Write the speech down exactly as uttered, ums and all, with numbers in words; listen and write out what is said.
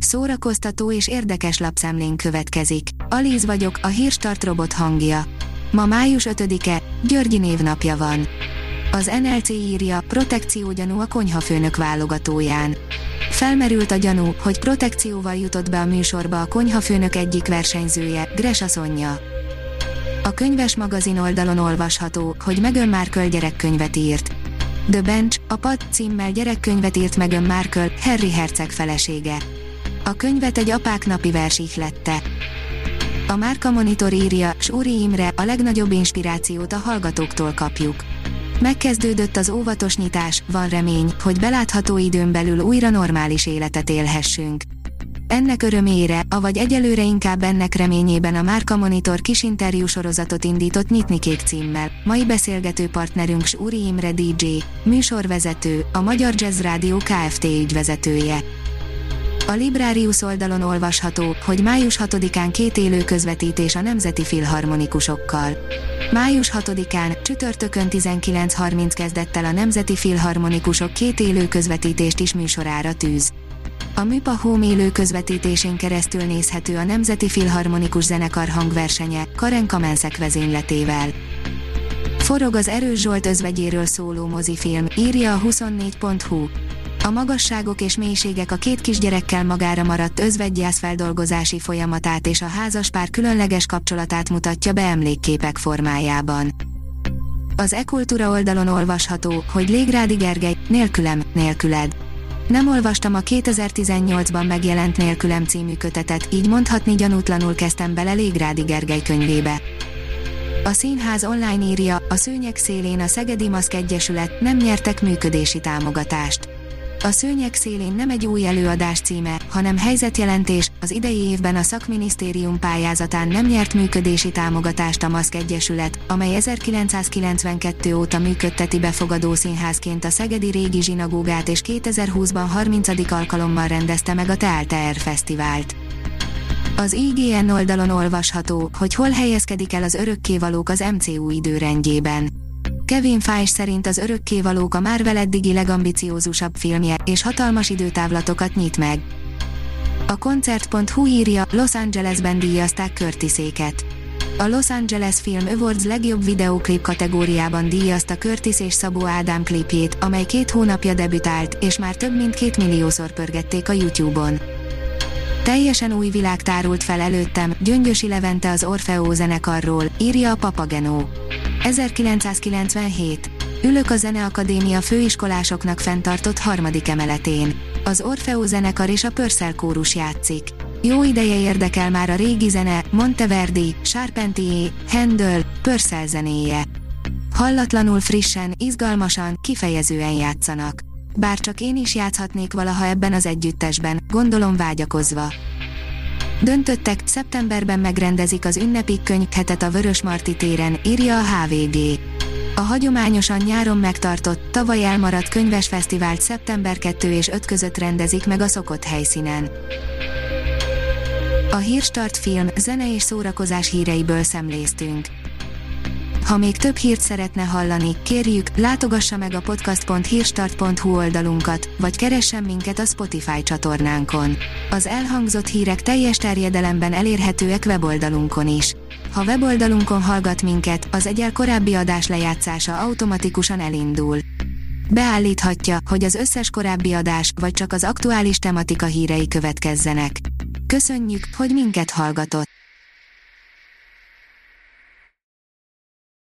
szórakoztató és érdekes lapszemlén következik. Alíz vagyok, a Hírstart robot hangja. Ma május ötödike, Györgyi névnapja van. Az en el cé írja, protekciógyanú a konyhafőnök válogatóján. Felmerült a gyanú, hogy protekcióval jutott be a műsorba a konyhafőnök egyik versenyzője, Gresa Sonja. A könyves magazin oldalon olvasható, hogy Meghan Markle gyerekkönyvet írt. The Bench, a pad címmel gyerekkönyvet írt Meghan Markle, Harry herceg felesége. A könyvet egy apák napi vers ihlette. A Márka Monitor írja, Súri Imre, a legnagyobb inspirációt a hallgatóktól kapjuk. Megkezdődött az óvatos nyitás, van remény, hogy belátható időn belül újra normális életet élhessünk. Ennek örömére, avagy egyelőre inkább ennek reményében a Márka Monitor kisinterjú sorozatot indított Nyitnikék címmel. Mai beszélgető partnerünk Súri Imre dé dzsé, műsorvezető, a Magyar Jazz Rádió Kft. Ügyvezetője. A Librarius oldalon olvasható, hogy május hatodikán két élő közvetítés a Nemzeti Filharmonikusokkal. május hatodikán, csütörtökön tizenkilenc harminc kezdett el a Nemzeti Filharmonikusok két élő közvetítést is műsorára tűz. A Műpa Home élő közvetítésén keresztül nézhető a Nemzeti Filharmonikus Zenekar hangversenye, Karen Kamenszek vezényletével. Forog az Erős Zsolt özvegyéről szóló mozifilm, írja a huszonnégy pont hu. A magasságok és mélységek a két kisgyerekkel magára maradt özvegygyász feldolgozási folyamatát és a házaspár különleges kapcsolatát mutatja be emlékképek formájában. Az E-Kultúra oldalon olvasható, hogy Légrádi Gergely, Nélkülem, nélküled. Nem olvastam a kétezer-tizennyolcban megjelent Nélkülem című kötetet, így mondhatni gyanútlanul kezdtem bele Légrádi Gergely könyvébe. A Színház online írja, a szőnyeg szélén a Szegedi Maszk Egyesület, nem nyertek működési támogatást. A Szőnyeg szélén nem egy új előadás címe, hanem helyzetjelentés, az idei évben a szakminisztérium pályázatán nem nyert működési támogatást a Maszk Egyesület, amely ezerkilencszázkilencvenkettő óta működteti befogadó színházként a szegedi régi zsinagógát és kétezer-húszban harmincadik alkalommal rendezte meg a Teálteer Fesztivált. Az i gé en oldalon olvasható, hogy hol helyezkedik el az Örökkévalók az em cé u időrendjében. Kevin Feige szerint az Örökkévalók a Marvel eddigi legambiciózusabb filmje, és hatalmas időtávlatokat nyit meg. A koncert pont hu írja, Los Angelesben díjazták Curtiséket. A Los Angeles Film Awards legjobb videóklip kategóriában díjazta Curtis és Szabó Ádám klipjét, amely két hónapja debütált, és már több mint két milliószor pörgették a YouTube-on. Teljesen új világ tárult fel előttem, Gyöngyösi Levente az Orfeó zenekarról, írja a Papageno. ezerkilencszázkilencvenhét. Ülök a Zeneakadémia főiskolásoknak fenntartott harmadik emeletén. Az Orfeó zenekar és a Purcell kórus játszik. Jó ideje érdekel már a régi zene, Monteverdi, Charpentier, Handel, Purcell zenéje. Hallatlanul frissen, izgalmasan, kifejezően játszanak. Bár csak én is játszhatnék valaha ebben az együttesben, gondolom vágyakozva. Döntöttek, szeptemberben megrendezik az ünnepi könyvhetet a Vörösmarty téren, írja a há vé gé. A hagyományosan nyáron megtartott, tavaly elmaradt könyvesfesztivált szeptember kettő és öt között rendezik meg a szokott helyszínen. A Hírstart film, zene és szórakozás híreiből szemléztünk. Ha még több hírt szeretne hallani, kérjük, látogassa meg a podcast pont hírstart pont hu oldalunkat, vagy keressen minket a Spotify csatornánkon. Az elhangzott hírek teljes terjedelemben elérhetőek weboldalunkon is. Ha weboldalunkon hallgat minket, az egyel korábbi adás lejátszása automatikusan elindul. Beállíthatja, hogy az összes korábbi adás, vagy csak az aktuális tematika hírei következzenek. Köszönjük, hogy minket hallgatott!